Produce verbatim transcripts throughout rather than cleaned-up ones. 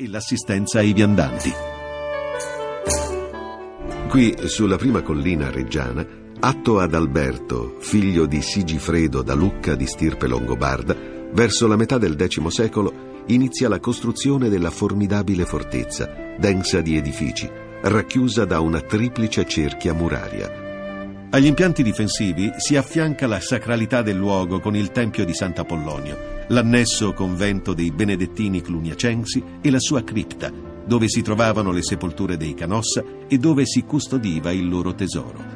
e l'assistenza ai viandanti. Qui, sulla prima collina reggiana, atto ad Alberto, figlio di Sigifredo da Lucca di stirpe longobarda, verso la metà del X secolo inizia la costruzione della formidabile fortezza, densa di edifici, racchiusa da una triplice cerchia muraria. Agli impianti difensivi si affianca la sacralità del luogo con il Tempio di Sant'Apollonio, l'annesso convento dei Benedettini Cluniacensi e la sua cripta, dove si trovavano le sepolture dei Canossa e dove si custodiva il loro tesoro.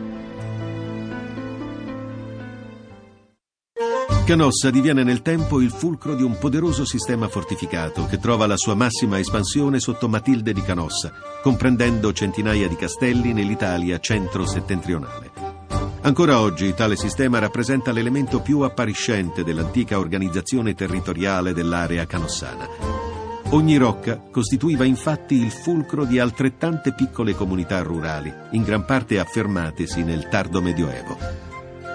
Canossa diviene nel tempo il fulcro di un poderoso sistema fortificato che trova la sua massima espansione sotto Matilde di Canossa, comprendendo centinaia di castelli nell'Italia centro-settentrionale. Ancora oggi tale sistema rappresenta l'elemento più appariscente dell'antica organizzazione territoriale dell'area canossana. Ogni rocca costituiva infatti il fulcro di altrettante piccole comunità rurali, in gran parte affermatesi nel tardo Medioevo.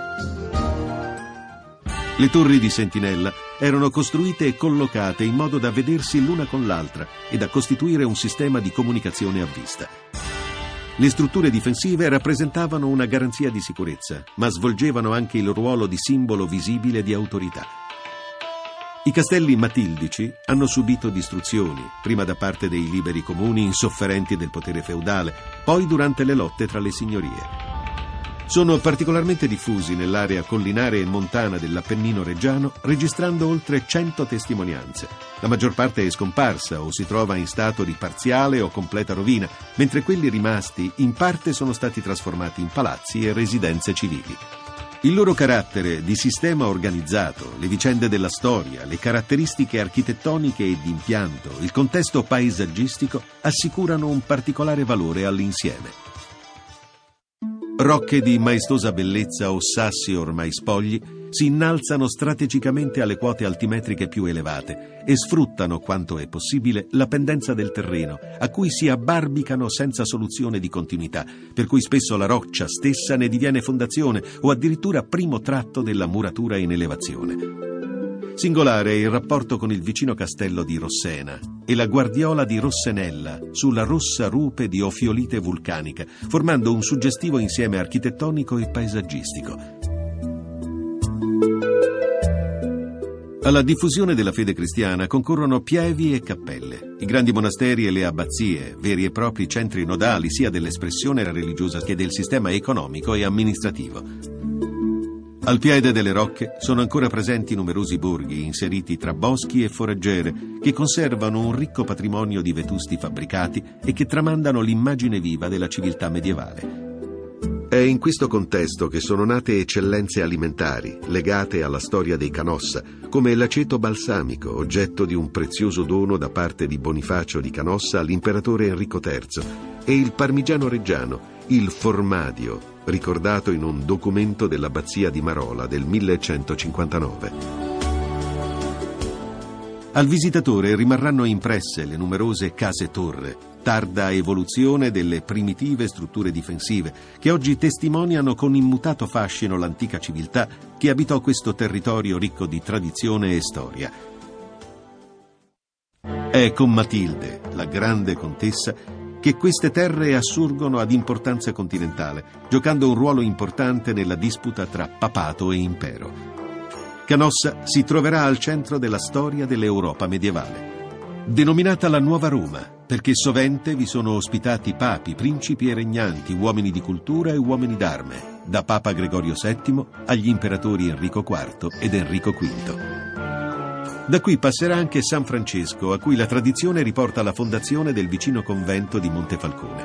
Le torri di sentinella erano costruite e collocate in modo da vedersi l'una con l'altra e da costituire un sistema di comunicazione a vista. Le strutture difensive rappresentavano una garanzia di sicurezza, ma svolgevano anche il ruolo di simbolo visibile di autorità. I castelli matildici hanno subito distruzioni, prima da parte dei liberi comuni insofferenti del potere feudale, poi durante le lotte tra le signorie. Sono particolarmente diffusi nell'area collinare e montana dell'Appennino reggiano, registrando oltre cento testimonianze. La maggior parte è scomparsa o si trova in stato di parziale o completa rovina, mentre quelli rimasti in parte sono stati trasformati in palazzi e residenze civili. Il loro carattere di sistema organizzato, le vicende della storia, le caratteristiche architettoniche e di impianto, il contesto paesaggistico assicurano un particolare valore all'insieme. Rocche di maestosa bellezza o sassi ormai spogli si innalzano strategicamente alle quote altimetriche più elevate e sfruttano quanto è possibile la pendenza del terreno, a cui si abbarbicano senza soluzione di continuità, per cui spesso la roccia stessa ne diviene fondazione o addirittura primo tratto della muratura in elevazione. Singolare è il rapporto con il vicino castello di Rossena e la guardiola di Rossenella sulla rossa rupe di ofiolite vulcanica, formando un suggestivo insieme architettonico e paesaggistico. Alla diffusione della fede cristiana concorrono pievi e cappelle, i grandi monasteri e le abbazie, veri e propri centri nodali sia dell'espressione religiosa che del sistema economico e amministrativo. Al piede delle rocche sono ancora presenti numerosi borghi inseriti tra boschi e foraggiere che conservano un ricco patrimonio di vetusti fabbricati e che tramandano l'immagine viva della civiltà medievale. È in questo contesto che sono nate eccellenze alimentari legate alla storia dei Canossa, come l'aceto balsamico, oggetto di un prezioso dono da parte di Bonifacio di Canossa all'imperatore Enrico terzo, e il parmigiano reggiano, il formadio, ricordato in un documento dell'abbazia di Marola del millecentocinquantanove. Al visitatore rimarranno impresse le numerose case-torre, tarda evoluzione delle primitive strutture difensive, che oggi testimoniano con immutato fascino l'antica civiltà che abitò questo territorio ricco di tradizione e storia. È con Matilde, la grande contessa, che queste terre assurgono ad importanza continentale, giocando un ruolo importante nella disputa tra papato e impero. Canossa si troverà al centro della storia dell'Europa medievale. Denominata la Nuova Roma, perché sovente vi sono ospitati papi, principi e regnanti, uomini di cultura e uomini d'arme, da Papa Gregorio settimo agli imperatori Enrico quarto ed Enrico quinto. Da qui passerà anche San Francesco, a cui la tradizione riporta la fondazione del vicino convento di Montefalcone.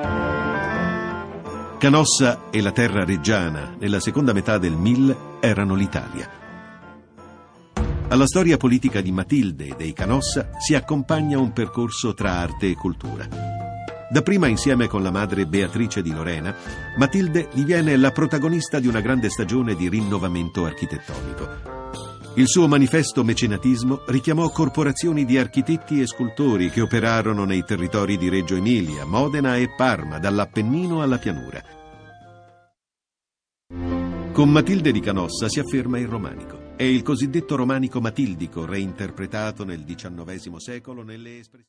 Canossa e la terra reggiana, nella seconda metà del mille, erano l'Italia. Alla storia politica di Matilde e dei Canossa si accompagna un percorso tra arte e cultura. Dapprima, insieme con la madre Beatrice di Lorena, Matilde diviene la protagonista di una grande stagione di rinnovamento architettonico. Il suo manifesto mecenatismo richiamò corporazioni di architetti e scultori che operarono nei territori di Reggio Emilia, Modena e Parma, dall'Appennino alla pianura. Con Matilde di Canossa si afferma il romanico. È il cosiddetto romanico matildico, reinterpretato nel diciannovesimo secolo nelle espressioni